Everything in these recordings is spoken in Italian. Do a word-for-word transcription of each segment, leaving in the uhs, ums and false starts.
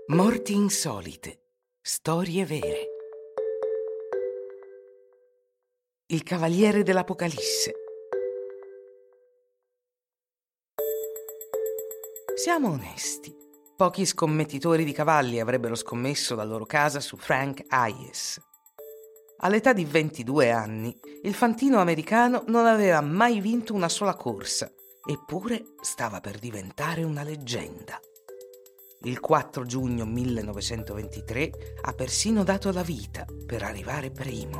Morti insolite, storie vere. Il cavaliere dell'Apocalisse. Siamo onesti. Pochi scommettitori di cavalli avrebbero scommesso la loro casa su Frank Hayes. All'età di ventidue anni, il fantino americano non aveva mai vinto una sola corsa, eppure stava per diventare una leggenda. Il quattro giugno millenovecentoventitré ha persino dato la vita per arrivare primo.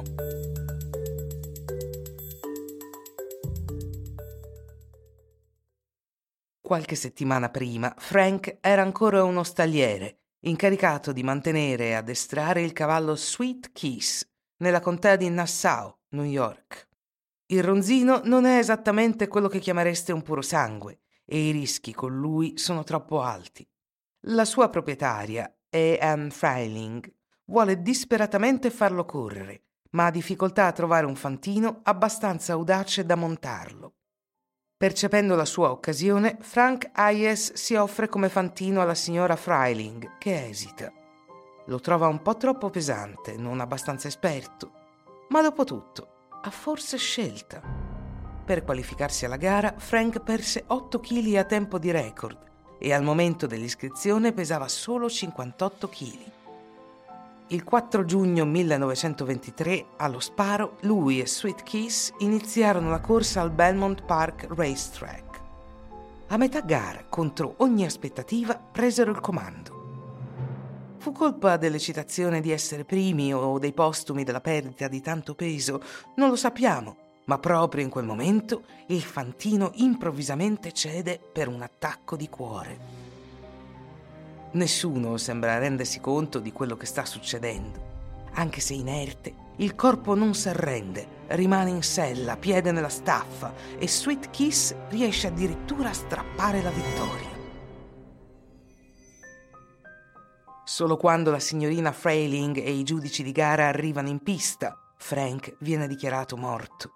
Qualche settimana prima, Frank era ancora uno stalliere, incaricato di mantenere e addestrare il cavallo Sweet Kiss nella contea di Nassau, New York. Il ronzino non è esattamente quello che chiamereste un puro sangue e i rischi con lui sono troppo alti. La sua proprietaria, A M Freiling, vuole disperatamente farlo correre, ma ha difficoltà a trovare un fantino abbastanza audace da montarlo. Percependo la sua occasione, Frank Hayes si offre come fantino alla signora Freiling, che esita. Lo trova un po' troppo pesante, non abbastanza esperto, ma dopo tutto ha forse scelta. Per qualificarsi alla gara, Frank perse otto chili a tempo di record e al momento dell'iscrizione pesava solo cinquantotto chili. Il quattro giugno millenovecentoventitré, allo sparo, lui e Sweet Kiss iniziarono la corsa al Belmont Park Racetrack. A metà gara, contro ogni aspettativa, presero il comando. Fu colpa dell'eccitazione di essere primi o dei postumi della perdita di tanto peso? Non lo sappiamo, ma proprio in quel momento il fantino improvvisamente cede per un attacco di cuore. Nessuno sembra rendersi conto di quello che sta succedendo. Anche se inerte, il corpo non si arrende, rimane in sella, piede nella staffa, e Sweet Kiss riesce addirittura a strappare la vittoria. Solo quando la signorina Freiling e i giudici di gara arrivano in pista, Frank viene dichiarato morto.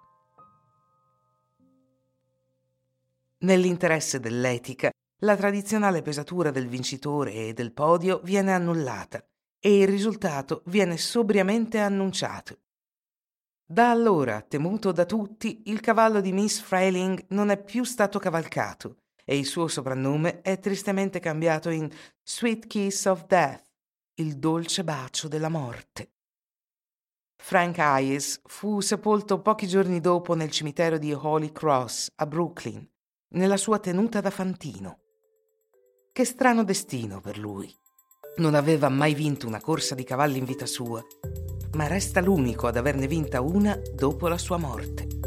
Nell'interesse dell'etica, la tradizionale pesatura del vincitore e del podio viene annullata e il risultato viene sobriamente annunciato. Da allora, temuto da tutti, il cavallo di Miss Freiling non è più stato cavalcato e il suo soprannome è tristemente cambiato in Sweet Kiss of Death, il dolce bacio della morte. Frank Hayes fu sepolto pochi giorni dopo nel cimitero di Holy Cross a Brooklyn, nella sua tenuta da fantino. Che strano destino per lui. Non aveva mai vinto una corsa di cavalli in vita sua, ma resta l'unico ad averne vinta una dopo la sua morte.